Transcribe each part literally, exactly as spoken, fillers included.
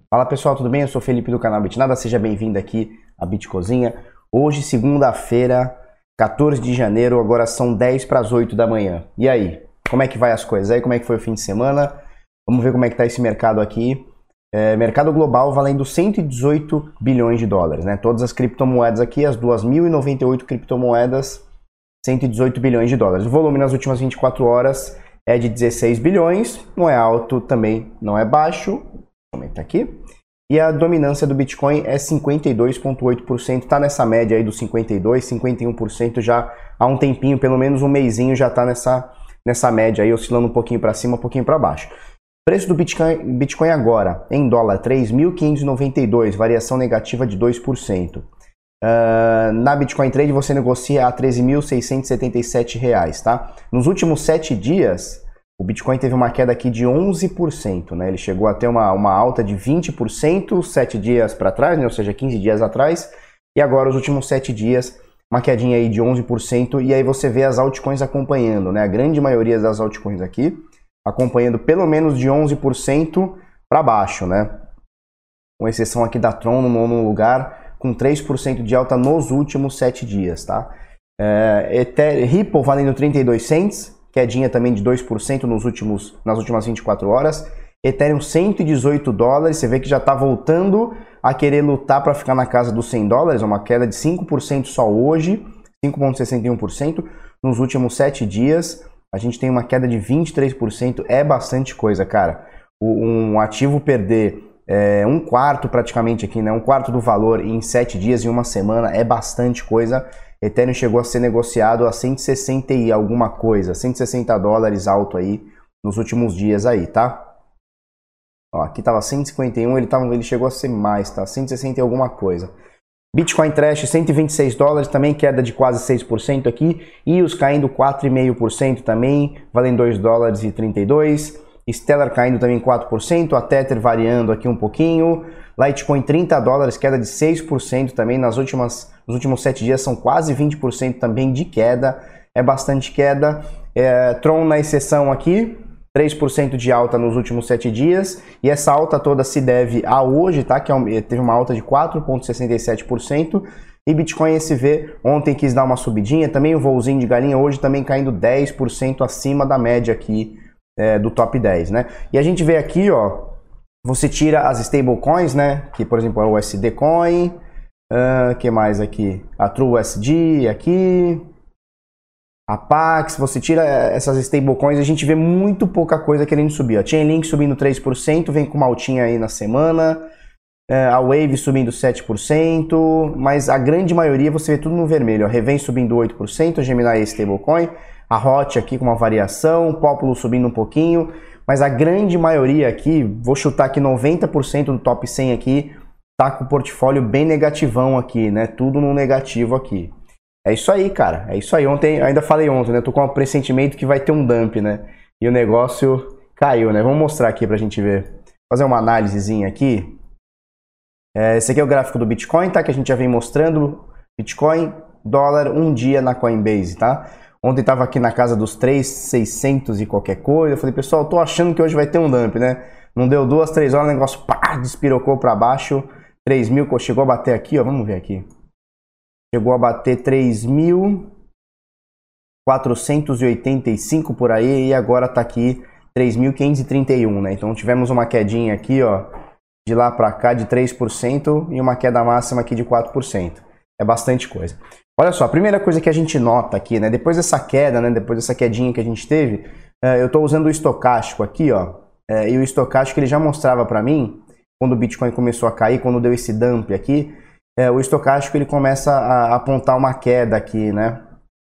Fala pessoal, tudo bem? Eu sou o Felipe do canal Bitnada, seja bem-vindo aqui à Bitcozinha. Hoje, segunda-feira, quatorze de janeiro, agora são dez para as oito da manhã. E aí, como é que vai as coisas aí? Como é que foi o fim de semana? Vamos ver como é que tá esse mercado aqui. É, mercado global valendo cento e dezoito bilhões de dólares, né? Todas as criptomoedas aqui, as duas mil e noventa e oito criptomoedas, cento e dezoito bilhões de dólares. O volume nas últimas vinte e quatro horas é de dezesseis bilhões, não é alto, também não é baixo. Aumenta aqui. E a dominância do Bitcoin é cinquenta e dois vírgula oito por cento, está nessa média aí dos cinquenta e dois por cento, cinquenta e um por cento já há um tempinho, pelo menos um mesinho já está nessa, nessa média aí, oscilando um pouquinho para cima, um pouquinho para baixo. Preço do Bitcoin, Bitcoin agora, em dólar, três mil quinhentos e noventa e dois, variação negativa de dois por cento. Uh, na Bitcoin Trade você negocia a treze mil seiscentos e setenta e sete reais, tá? Nos últimos sete dias, o Bitcoin teve uma queda aqui de onze por cento, né? Ele chegou a ter uma, uma alta de vinte por cento sete dias para trás, né? Ou seja, quinze dias atrás. E agora, os últimos sete dias, uma quedinha aí de onze por cento. E aí você vê as altcoins acompanhando, né? A grande maioria das altcoins aqui acompanhando pelo menos de onze por cento para baixo, né? Com exceção aqui da Tron no nono lugar, com três por cento de alta nos últimos sete dias, tá? É, Ether, Ripple valendo trinta e dois cents. Quedinha também de dois por cento nos últimos, nas últimas vinte e quatro horas. Ethereum cento e dezoito dólares, você vê que já está voltando a querer lutar para ficar na casa dos cem dólares, uma queda de cinco por cento só hoje, cinco vírgula sessenta e um por cento nos últimos sete dias. A gente tem uma queda de vinte e três por cento, é bastante coisa, cara. Um ativo perder é, um quarto praticamente aqui, né? Um quarto do valor em sete dias, em uma semana, é bastante coisa. Ethereum chegou a ser negociado a cento e sessenta e alguma coisa, cento e sessenta dólares alto aí nos últimos dias aí, tá? Ó, aqui tava cento e cinquenta e um, ele, tava, ele chegou a ser mais, tá? cento e sessenta e alguma coisa. Bitcoin Trash cento e vinte e seis dólares, também queda de quase seis por cento aqui. E os caindo quatro vírgula cinco por cento também, valendo dois dólares e trinta e dois. Stellar caindo também quatro por cento, a Tether variando aqui um pouquinho. Litecoin trinta dólares, queda de seis por cento também nas últimas, nos últimos sete dias, são quase vinte por cento também de queda, é bastante queda. É, Tron na exceção aqui, três por cento de alta nos últimos sete dias, e essa alta toda se deve a hoje, tá? Que teve uma alta de quatro vírgula sessenta e sete por cento, e Bitcoin S V ontem quis dar uma subidinha, também o voozinho de galinha hoje também caindo dez por cento acima da média aqui é, do top dez, né? E a gente vê aqui, ó, você tira as stablecoins, né? Que, por exemplo, é o U S D Coin. O uh, que mais aqui? A TrueUSD aqui. A Pax. Você tira essas stablecoins, a gente vê muito pouca coisa querendo subir. A Chainlink subindo três por cento, vem com uma altinha aí na semana. Uh, a Wave subindo sete por cento. Mas a grande maioria você vê tudo no vermelho. A Revém subindo oito por cento, a Gemini é stablecoin. A Hot aqui com uma variação. O Populo subindo um pouquinho. Mas a grande maioria aqui, vou chutar que noventa por cento do top cem aqui tá com o portfólio bem negativão aqui, né? Tudo no negativo aqui. É isso aí, cara. É isso aí. Ontem, ainda falei ontem, né? Tô com um pressentimento que vai ter um dump, né? E o negócio caiu, né? Vamos mostrar aqui pra gente ver. Fazer uma análisezinha aqui. É, esse aqui é o gráfico do Bitcoin, tá? Que a gente já vem mostrando. Bitcoin, dólar, um dia na Coinbase, tá? Ontem estava aqui na casa dos três mil e seiscentos e qualquer coisa. Eu falei, pessoal, tô achando que hoje vai ter um dump, né? Não deu duas, três horas, o negócio pá, despirocou para baixo. três mil, chegou a bater aqui, ó. Vamos ver aqui. Chegou a bater três mil quatrocentos e oitenta e cinco por aí. E agora tá aqui três mil quinhentos e trinta e um, né? Então tivemos uma quedinha aqui, ó. De lá para cá de três por cento e uma queda máxima aqui de quatro por cento. É bastante coisa. Olha só, a primeira coisa que a gente nota aqui, né, depois dessa queda, né, depois dessa quedinha que a gente teve, uh, eu estou usando o estocástico aqui, ó, uh, e o estocástico ele já mostrava para mim, quando o Bitcoin começou a cair, quando deu esse dump aqui, uh, o estocástico ele começa a apontar uma queda aqui, né,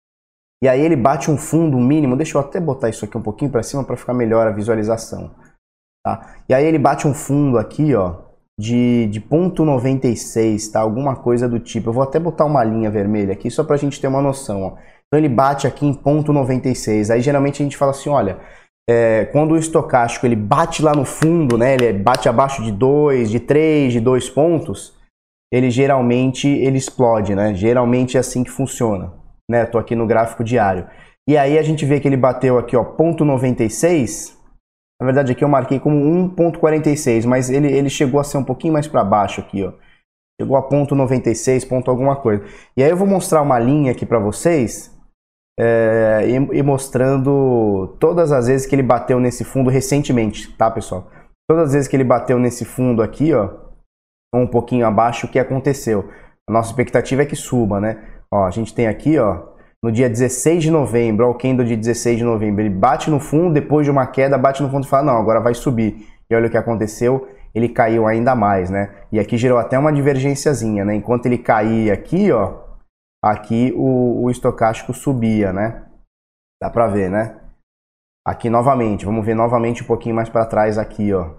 e aí ele bate um fundo mínimo, deixa eu até botar isso aqui um pouquinho para cima para ficar melhor a visualização, tá, e aí ele bate um fundo aqui, ó, de, de ponto noventa e seis, tá? Alguma coisa do tipo. Eu vou até botar uma linha vermelha aqui só pra gente ter uma noção, ó. Então ele bate aqui em ponto noventa e seis. Aí geralmente a gente fala assim, olha, é, quando o estocástico ele bate lá no fundo, né? Ele bate abaixo de dois, de três, de dois pontos, ele geralmente ele explode, né? Geralmente é assim que funciona, né? Tô aqui no gráfico diário. E aí a gente vê que ele bateu aqui, ó, ponto noventa e seis. Na verdade aqui eu marquei como um ponto quarenta e seis, mas ele, ele chegou a ser um pouquinho mais para baixo aqui, ó. Chegou a ponto noventa e seis, ponto alguma coisa. E aí eu vou mostrar uma linha aqui para vocês, é, e, e mostrando todas as vezes que ele bateu nesse fundo recentemente, tá, pessoal? Todas as vezes que ele bateu nesse fundo aqui, ó, um pouquinho abaixo, o que aconteceu? A nossa expectativa é que suba, né? Ó, a gente tem aqui, ó, no dia dezesseis de novembro, ó, o candle de dezesseis de novembro, ele bate no fundo, depois de uma queda, bate no fundo e fala, não, agora vai subir. E olha o que aconteceu, ele caiu ainda mais, né? E aqui gerou até uma divergênciazinha, né? Enquanto ele caía aqui, ó, aqui o, o estocástico subia, né? Dá pra ver, né? Aqui novamente, vamos ver novamente um pouquinho mais para trás aqui, ó.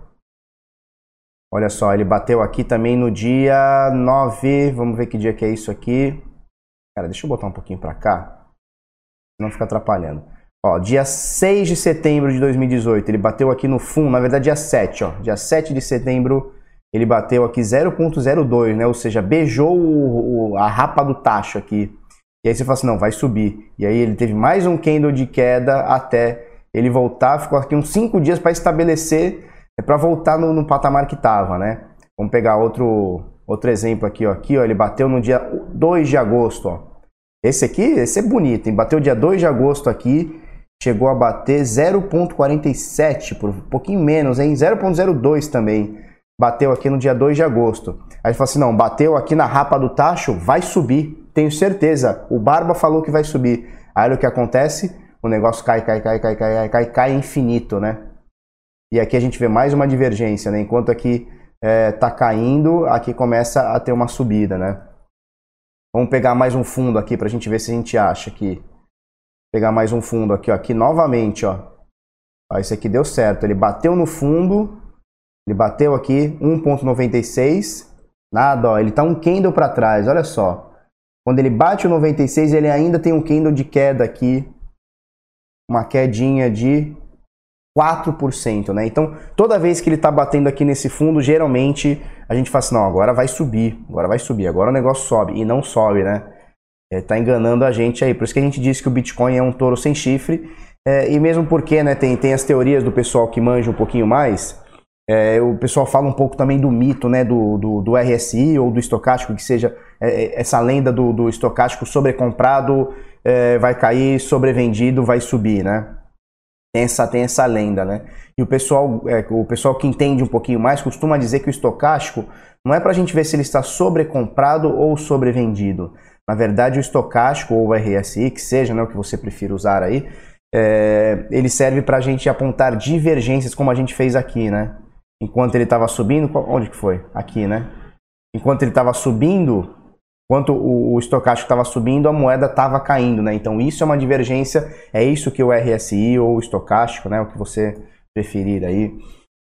Olha só, ele bateu aqui também no dia nove, vamos ver que dia que é isso aqui. Cara, deixa eu botar um pouquinho para cá, não fica atrapalhando. Ó, dia seis de setembro de dois mil e dezoito, ele bateu aqui no fundo, na verdade dia sete, ó. Dia sete de setembro, ele bateu aqui zero ponto zero dois, né? Ou seja, beijou o, o, a rapa do tacho aqui. E aí você fala assim, não, vai subir. E aí ele teve mais um candle de queda até ele voltar, ficou aqui uns cinco dias para estabelecer, para voltar no, no patamar que estava, né? Vamos pegar outro, outro exemplo aqui, ó. Aqui, ó, ele bateu no dia dois de agosto, ó. Esse aqui, esse é bonito, hein? Bateu dia dois de agosto aqui, chegou a bater zero ponto quarenta e sete, por um pouquinho menos, hein? zero ponto zero dois também. Bateu aqui no dia dois de agosto. Aí fala assim, não, bateu aqui na rapa do tacho, vai subir. Tenho certeza, o Barba falou que vai subir. Aí olha o que acontece, o negócio cai, cai, cai, cai, cai, cai, cai infinito, né? E aqui a gente vê mais uma divergência, né? Enquanto aqui é, tá caindo, aqui começa a ter uma subida, né? Vamos pegar mais um fundo aqui pra gente ver se a gente acha aqui. Pegar mais um fundo aqui, ó. Aqui novamente, ó. Ó, esse aqui deu certo. Ele bateu no fundo, ele bateu aqui um ponto noventa e seis. Nada, ó. Ele tá um candle para trás, olha só. Quando ele bate o noventa e seis, ele ainda tem um candle de queda aqui. Uma quedinha de quatro por cento, né? Então, toda vez que ele tá batendo aqui nesse fundo, geralmente a gente fala assim, não, agora vai subir, agora vai subir, agora o negócio sobe, e não sobe, né? É, tá enganando a gente aí, por isso que a gente diz que o Bitcoin é um touro sem chifre, é, e mesmo porque, né, tem, tem as teorias do pessoal que manja um pouquinho mais, é, o pessoal fala um pouco também do mito, né, do, do, do R S I ou do estocástico, que seja é, essa lenda do, do estocástico sobrecomprado, é, vai cair, sobrevendido, vai subir, né? Tem essa, tem essa lenda, né? E o pessoal, é, o pessoal que entende um pouquinho mais costuma dizer que o estocástico não é para a gente ver se ele está sobrecomprado ou sobrevendido. Na verdade, o estocástico ou o R S I, que seja, né, o que você prefira usar aí, é, ele serve para a gente apontar divergências, como a gente fez aqui, né? Enquanto ele estava subindo, onde que foi? Aqui, né? Enquanto ele estava subindo, enquanto o, o estocástico estava subindo, a moeda estava caindo, né? Então isso é uma divergência, é isso que o R S I ou o estocástico, né, o que você preferir aí,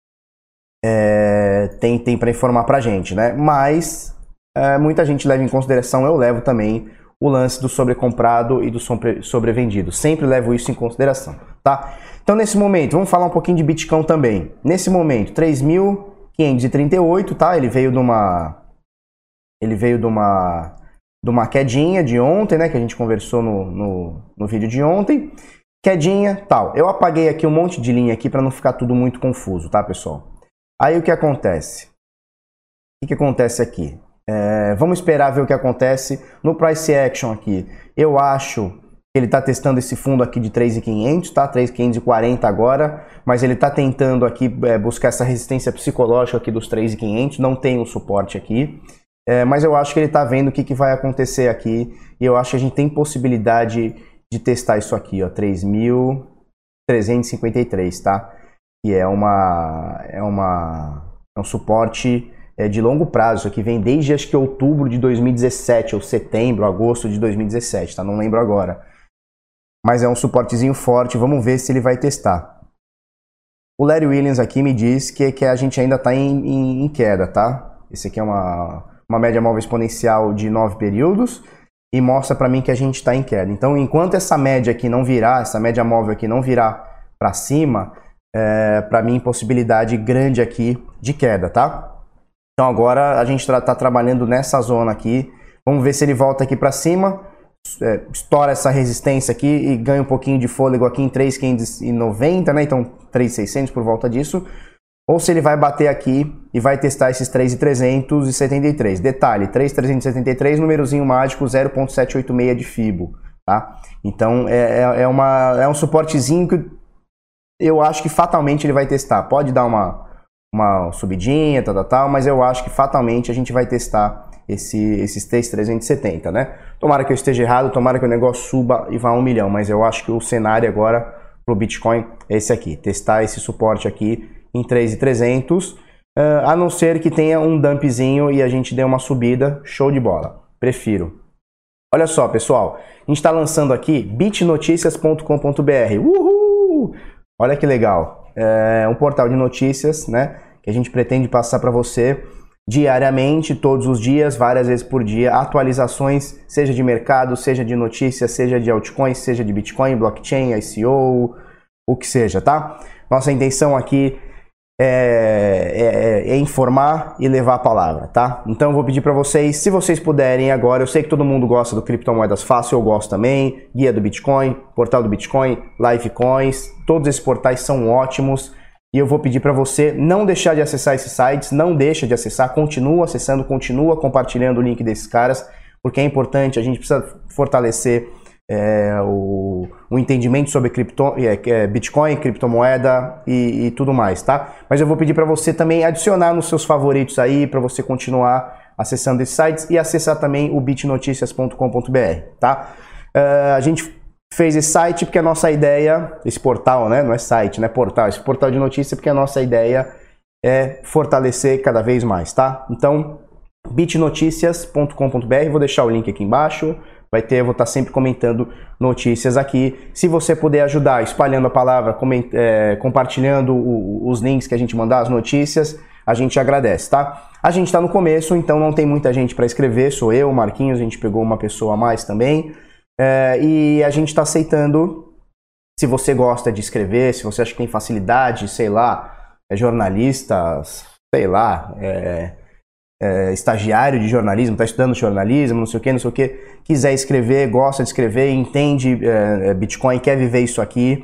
é, tem, tem para informar para a gente, né? Mas é, muita gente leva em consideração, eu levo também o lance do sobrecomprado e do sobre, sobrevendido. Sempre levo isso em consideração, tá? Então nesse momento, vamos falar um pouquinho de Bitcoin também. Nesse momento, três mil quinhentos e trinta e oito, tá? Ele veio de uma... Ele veio de uma... de uma quedinha de ontem, né, que a gente conversou no, no, no vídeo de ontem, quedinha, tal. Eu apaguei aqui um monte de linha aqui para não ficar tudo muito confuso, tá, pessoal? Aí o que acontece? O que, que acontece aqui? É, vamos esperar ver o que acontece no Price Action aqui. Eu acho que ele está testando esse fundo aqui de três mil e quinhentos, tá? três mil quinhentos e quarenta agora, mas ele está tentando aqui é, buscar essa resistência psicológica aqui dos três mil e quinhentos, não tem um suporte aqui. É, mas eu acho que ele está vendo o que, que vai acontecer aqui e eu acho que a gente tem possibilidade de testar isso aqui, ó, três mil trezentos e cinquenta e três, tá? Que é uma é uma é um suporte é, de longo prazo, isso aqui vem desde acho que outubro de dois mil e dezessete ou setembro, agosto de dois mil e dezessete, tá? Não lembro agora. Mas é um suportezinho forte, vamos ver se ele vai testar. O Larry Williams aqui me diz que, que a gente ainda está em, em, em queda, tá? Esse aqui é uma uma média móvel exponencial de nove períodos e mostra para mim que a gente está em queda. Então, enquanto essa média aqui não virar, essa média móvel aqui não virar para cima, é, para mim, possibilidade grande aqui de queda, tá? Então, agora a gente está tá trabalhando nessa zona aqui. Vamos ver se ele volta aqui para cima. é, estoura essa resistência aqui e ganha um pouquinho de fôlego aqui em três mil quinhentos e noventa, né? Então três mil e seiscentos por volta disso. Ou se ele vai bater aqui e vai testar esses três mil trezentos e setenta e três. Detalhe, três mil trezentos e setenta e três, númerozinho mágico zero ponto setecentos e oitenta e seis de Fibo, tá? Então é, é, uma, é um suportezinho que eu acho que fatalmente ele vai testar. Pode dar uma, uma subidinha, tal, tal, tal, mas eu acho que fatalmente a gente vai testar esse, esses três mil trezentos e setenta, né? Tomara que eu esteja errado, tomara que o negócio suba e vá a um milhão, mas eu acho que o cenário agora para o Bitcoin é esse aqui, testar esse suporte aqui em três mil e trezentos, uh, a não ser que tenha um dumpzinho e a gente dê uma subida, show de bola, prefiro. Olha só, pessoal, a gente está lançando aqui bitnoticias ponto com ponto br, uhul! Olha que legal, é um portal de notícias, né, que a gente pretende passar para você diariamente, todos os dias, várias vezes por dia, atualizações, seja de mercado, seja de notícias, seja de altcoins, seja de Bitcoin, blockchain, I C O, o que seja, tá? Nossa intenção aqui É, é, é informar e levar a palavra, tá? Então eu vou pedir para vocês, se vocês puderem agora, eu sei que todo mundo gosta do Criptomoedas Fácil, eu gosto também, Guia do Bitcoin, Portal do Bitcoin, Livecoins, todos esses portais são ótimos e eu vou pedir para você não deixar de acessar esses sites, não deixa de acessar, continua acessando, continua compartilhando o link desses caras, porque é importante, a gente precisa fortalecer É, o, o entendimento sobre cripto, é, Bitcoin, criptomoeda e, e tudo mais, tá? Mas eu vou pedir para você também adicionar nos seus favoritos aí, para você continuar acessando esses sites e acessar também o bitnoticias ponto com ponto br, tá? Uh, a gente fez esse site porque a nossa ideia, esse portal, né? Não é site, né? Portal, esse portal de notícias porque a nossa ideia é fortalecer cada vez mais, tá? Então, bitnoticias ponto com ponto br, vou deixar o link aqui embaixo. Vai ter, eu vou estar sempre comentando notícias aqui. Se você puder ajudar espalhando a palavra, coment, é, compartilhando o, os links que a gente mandar, as notícias, a gente agradece, tá? A gente está no começo, então não tem muita gente para escrever, sou eu, o Marquinhos, a gente pegou uma pessoa a mais também. É, e a gente está aceitando, se você gosta de escrever, se você acha que tem facilidade, sei lá, é jornalista, sei lá, é... É, estagiário de jornalismo, está estudando jornalismo, não sei o que, não sei o que, quiser escrever, gosta de escrever, entende é, Bitcoin, quer viver isso aqui,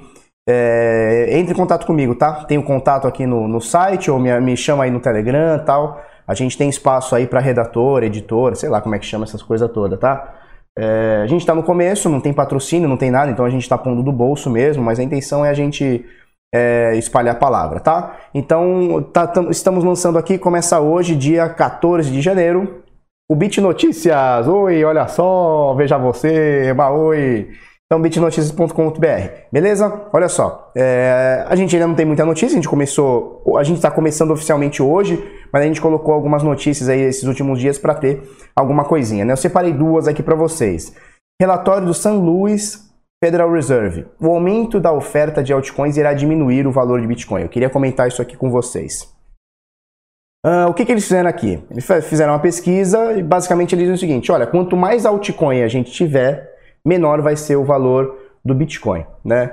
é, entre em contato comigo, tá? Tem o contato aqui no, no site, ou me, me chama aí no Telegram e tal. A gente tem espaço aí para redator, editor, sei lá como é que chama essas coisas todas, tá? É, a gente está no começo, não tem patrocínio, não tem nada, então a gente está pondo do bolso mesmo, mas a intenção é a gente... É, espalhar a palavra, tá? Então, tá, tam, estamos lançando aqui, começa hoje, dia quatorze de janeiro, o Bitnoticias. Oi, olha só, veja você, oi. Então, bitnoticias ponto com ponto br, beleza? Olha só, é, a gente ainda não tem muita notícia, a gente começou, a gente está começando oficialmente hoje, mas a gente colocou algumas notícias aí esses últimos dias para ter alguma coisinha, né? Eu separei duas aqui para vocês. Relatório do Saint Louis Federal Reserve. O aumento da oferta de altcoins irá diminuir o valor de Bitcoin. Eu queria comentar isso aqui com vocês. Uh, o que, que eles fizeram aqui? Eles fizeram uma pesquisa e basicamente eles dizem o seguinte, olha, quanto mais altcoin a gente tiver, menor vai ser o valor do Bitcoin, né?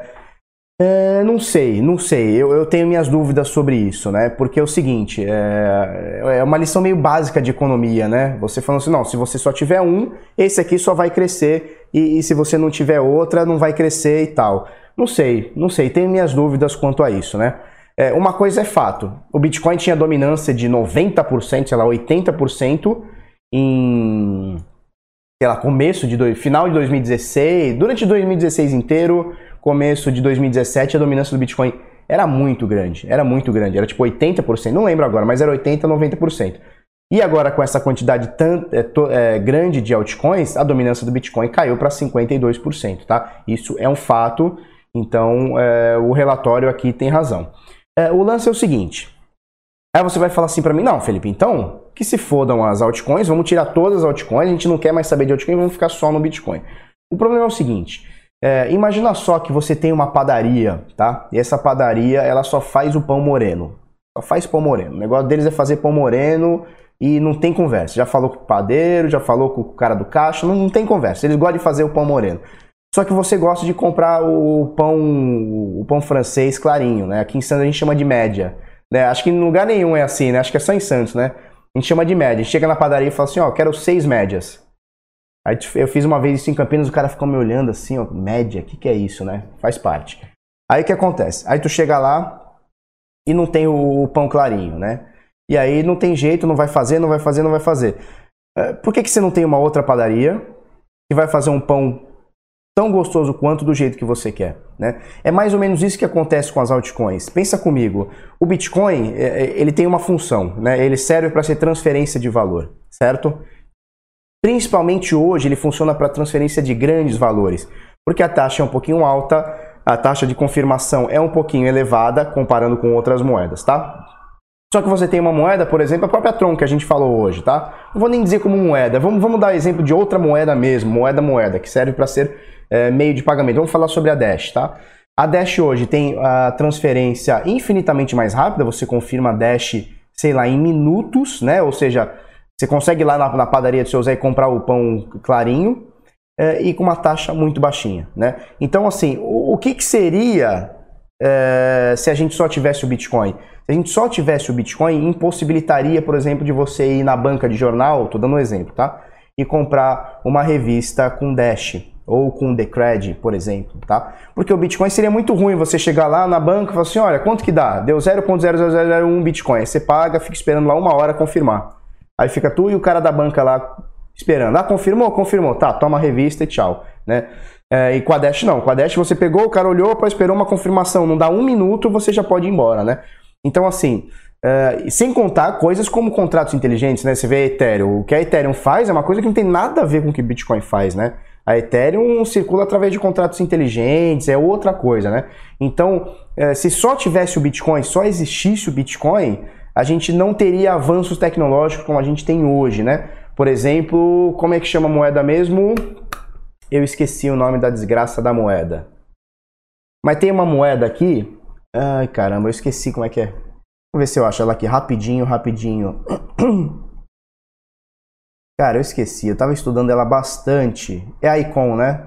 É, não sei, não sei, eu, eu tenho minhas dúvidas sobre isso, né? Porque é o seguinte, é, é uma lição meio básica de economia, né? Você falando assim, não, se você só tiver um, esse aqui só vai crescer e, e se você não tiver outra, não vai crescer e tal. Não sei, não sei, tenho minhas dúvidas quanto a isso, né? É, uma coisa é fato, o Bitcoin tinha dominância de noventa por cento, sei lá, oitenta por cento em, sei lá, começo de, do, final de dois mil e dezesseis, durante dois mil e dezesseis inteiro, começo de dois mil e dezessete, a dominância do Bitcoin era muito grande, era muito grande, era tipo oitenta por cento, não lembro agora, mas era oitenta, noventa por cento. E agora com essa quantidade tão, é, to, é, grande de altcoins, a dominância do Bitcoin caiu para cinquenta e dois por cento, tá? Isso é um fato, então é, o relatório aqui tem razão. É, o lance é o seguinte, aí você vai falar assim para mim, não, Felipe, então que se fodam as altcoins, vamos tirar todas as altcoins, a gente não quer mais saber de altcoin, vamos ficar só no Bitcoin. O problema é o seguinte, é, imagina só que você tem uma padaria, tá? E essa padaria, ela só faz o pão moreno, só faz pão moreno, o negócio deles é fazer pão moreno e não tem conversa, já falou com o padeiro, já falou com o cara do caixa, não, não tem conversa, eles gostam de fazer o pão moreno. Só que você gosta de comprar o pão, o pão francês clarinho, né? Aqui em Santos a gente chama de média, né? Acho que em lugar nenhum é assim, né? Acho que é só em Santos, né? A gente chama de média. A gente chega na padaria e fala assim, ó, quero seis médias. Aí eu fiz uma vez isso em Campinas, o cara ficou me olhando assim, ó, média, o que, que é isso, né? Faz parte. Aí o que acontece? Aí tu chega lá e não tem o pão clarinho, né? E aí não tem jeito, não vai fazer, não vai fazer, não vai fazer. Por que, que você não tem uma outra padaria que vai fazer um pão tão gostoso quanto do jeito que você quer, né? É mais ou menos isso que acontece com as altcoins. Pensa comigo, o Bitcoin, ele tem uma função, né? Ele serve para ser transferência de valor, certo? Principalmente hoje ele funciona para transferência de grandes valores, porque a taxa é um pouquinho alta, a taxa de confirmação é um pouquinho elevada comparando com outras moedas, tá? Só que você tem uma moeda, por exemplo, a própria Tron que a gente falou hoje, tá? Não vou nem dizer como moeda, vamos, vamos dar exemplo de outra moeda mesmo, moeda-moeda, que serve para ser é, meio de pagamento. Vamos falar sobre a Dash, tá? A Dash hoje tem a transferência infinitamente mais rápida, você confirma a Dash, sei lá, em minutos, né? Ou seja, você consegue ir lá na, na padaria do seu Zé e comprar o pão clarinho é, e com uma taxa muito baixinha, né? Então, assim, o, o que, que seria é, se a gente só tivesse o Bitcoin? Se a gente só tivesse o Bitcoin, impossibilitaria, por exemplo, de você ir na banca de jornal, tô dando um exemplo, tá? E comprar uma revista com Dash ou com Decred, por exemplo, tá? Porque o Bitcoin seria muito ruim você chegar lá na banca e falar assim, olha, quanto que dá? Deu zero vírgula zero zero zero zero um Bitcoin. Aí você paga, fica esperando lá uma hora confirmar. Aí fica tu e o cara da banca lá esperando. Ah, confirmou? Confirmou. Tá, toma a revista e tchau, né? É, e com a Dash não. Com a Dash você pegou, o cara olhou, para esperou uma confirmação. Não dá um minuto, você já pode ir embora, né? Então, assim, uh, sem contar coisas como contratos inteligentes, né? Você vê a Ethereum. O que a Ethereum faz é uma coisa que não tem nada a ver com o que Bitcoin faz, né? A Ethereum circula através de contratos inteligentes, é outra coisa, né? Então, uh, se só tivesse o Bitcoin, só existisse o Bitcoin, a gente não teria avanços tecnológicos como a gente tem hoje, né? Por exemplo, como é que chama a moeda mesmo? Eu esqueci o nome da desgraça da moeda. Mas tem uma moeda aqui... Ai, caramba, eu esqueci como é que é. Vamos ver se eu acho ela aqui, rapidinho, rapidinho. Cara, eu esqueci, eu tava estudando ela bastante. É a Icon, né?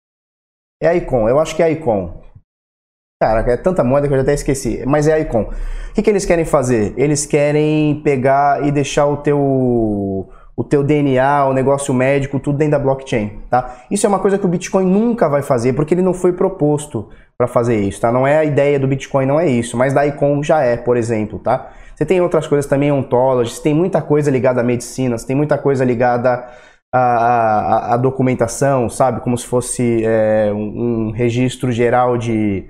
É a Icon, eu acho que é a Icon. Cara, é tanta moeda que eu já até esqueci, mas é a Icon. O que, que eles querem fazer? Eles querem pegar e deixar o teu... o teu D N A, o negócio médico, tudo dentro da blockchain, tá? Isso é uma coisa que o Bitcoin nunca vai fazer, porque ele não foi proposto para fazer isso, tá? Não é a ideia do Bitcoin, não é isso, mas da Icon já é, por exemplo, tá? Você tem outras coisas também, ontologies, tem muita coisa ligada à medicina, tem muita coisa ligada à, à, à documentação, sabe? Como se fosse é, um, um registro geral de...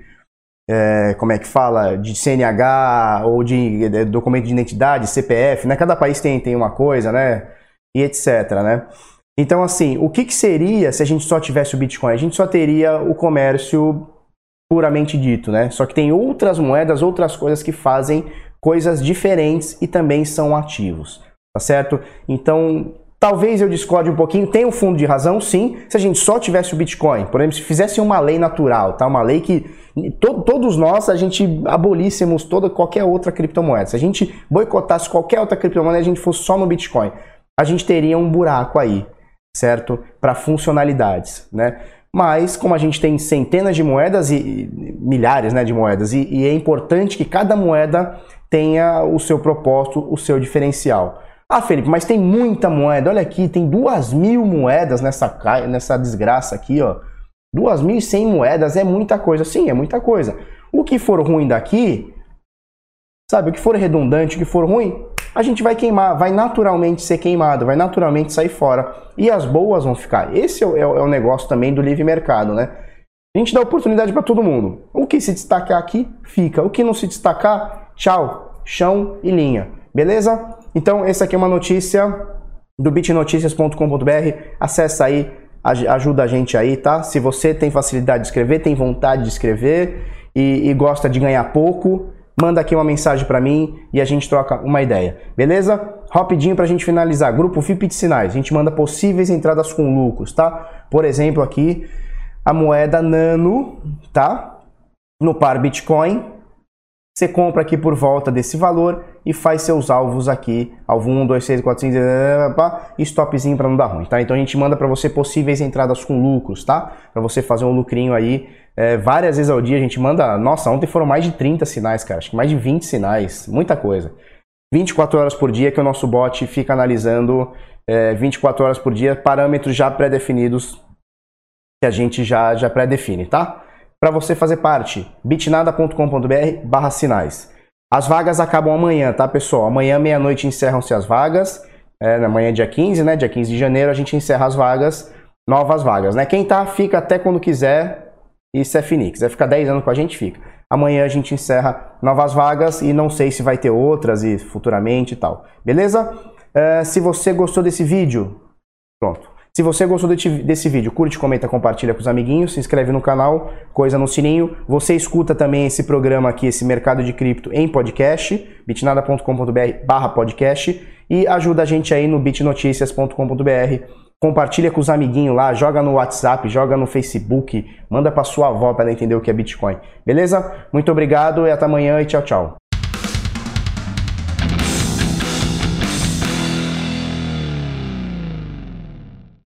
É, como é que fala? De C N H ou de, de documento de identidade, C P F, né? Cada país tem, tem uma coisa, né? E etc, né? Então, assim, o que, que seria se a gente só tivesse o Bitcoin? A gente só teria o comércio puramente dito, né? Só que tem outras moedas, outras coisas que fazem coisas diferentes e também são ativos, tá certo? Então, talvez eu discorde um pouquinho, tem um fundo de razão, sim, se a gente só tivesse o Bitcoin, por exemplo, se fizesse uma lei natural, tá? Uma lei que to- todos nós, a gente abolíssemos toda, qualquer outra criptomoeda. Se a gente boicotasse qualquer outra criptomoeda e a gente fosse só no Bitcoin, a gente teria um buraco aí, certo? Para funcionalidades, né? Mas, como a gente tem centenas de moedas e, e milhares, né, de moedas, e, e é importante que cada moeda tenha o seu propósito, o seu diferencial. Ah, Felipe, mas tem muita moeda. Olha aqui, tem duas mil moedas nessa, ca... nessa desgraça aqui, ó. duas mil e cem moedas é muita coisa. Sim, é muita coisa. O que for ruim daqui, sabe, o que for redundante, o que for ruim, a gente vai queimar, vai naturalmente ser queimado, vai naturalmente sair fora. E as boas vão ficar. Esse é o, é o negócio também do livre mercado, né? A gente dá oportunidade para todo mundo. O que se destacar aqui, fica. O que não se destacar, tchau, chão e linha. Beleza? Então, essa aqui é uma notícia do bitnoticias ponto com ponto br. Acessa aí, ajuda a gente aí, tá? Se você tem facilidade de escrever, tem vontade de escrever e, e gosta de ganhar pouco, manda aqui uma mensagem para mim e a gente troca uma ideia, beleza? Rapidinho pra gente finalizar, grupo V I P de sinais, a gente manda possíveis entradas com lucros, tá? Por exemplo aqui, a moeda Nano, tá? No par Bitcoin, você compra aqui por volta desse valor e faz seus alvos aqui, alvo um, dois, seis, quatro, cinco, e stopzinho para não dar ruim, tá? Então a gente manda para você possíveis entradas com lucros, tá? Para você fazer um lucrinho aí é, várias vezes ao dia. A gente manda, nossa, ontem foram mais de trinta sinais, cara, acho que mais de vinte sinais, muita coisa. vinte e quatro horas por dia que o nosso bot fica analisando é, vinte e quatro horas por dia, parâmetros já pré-definidos que a gente já, já pré-define, tá? Para você fazer parte, bitnada ponto com ponto br barra sinais. As vagas acabam amanhã, tá, pessoal? Amanhã, meia-noite, encerram-se as vagas. É, na manhã, dia quinze, né? Dia quinze de janeiro, a gente encerra as vagas, novas vagas, né? Quem tá, fica até quando quiser. Isso é fini. Quiser ficar dez anos com a gente, fica. Amanhã a gente encerra novas vagas e não sei se vai ter outras e futuramente e tal. Beleza? É, se você gostou desse vídeo, pronto. Se você gostou desse vídeo, curte, comenta, compartilha com os amiguinhos, se inscreve no canal, coisa no sininho. Você escuta também esse programa aqui, esse Mercado de Cripto em podcast, bitnada ponto com ponto br barra podcast, e ajuda a gente aí no bitnoticias ponto com ponto br. Compartilha com os amiguinhos lá, joga no WhatsApp, joga no Facebook, manda para sua avó para ela entender o que é Bitcoin. Beleza? Muito obrigado e até amanhã e tchau, tchau.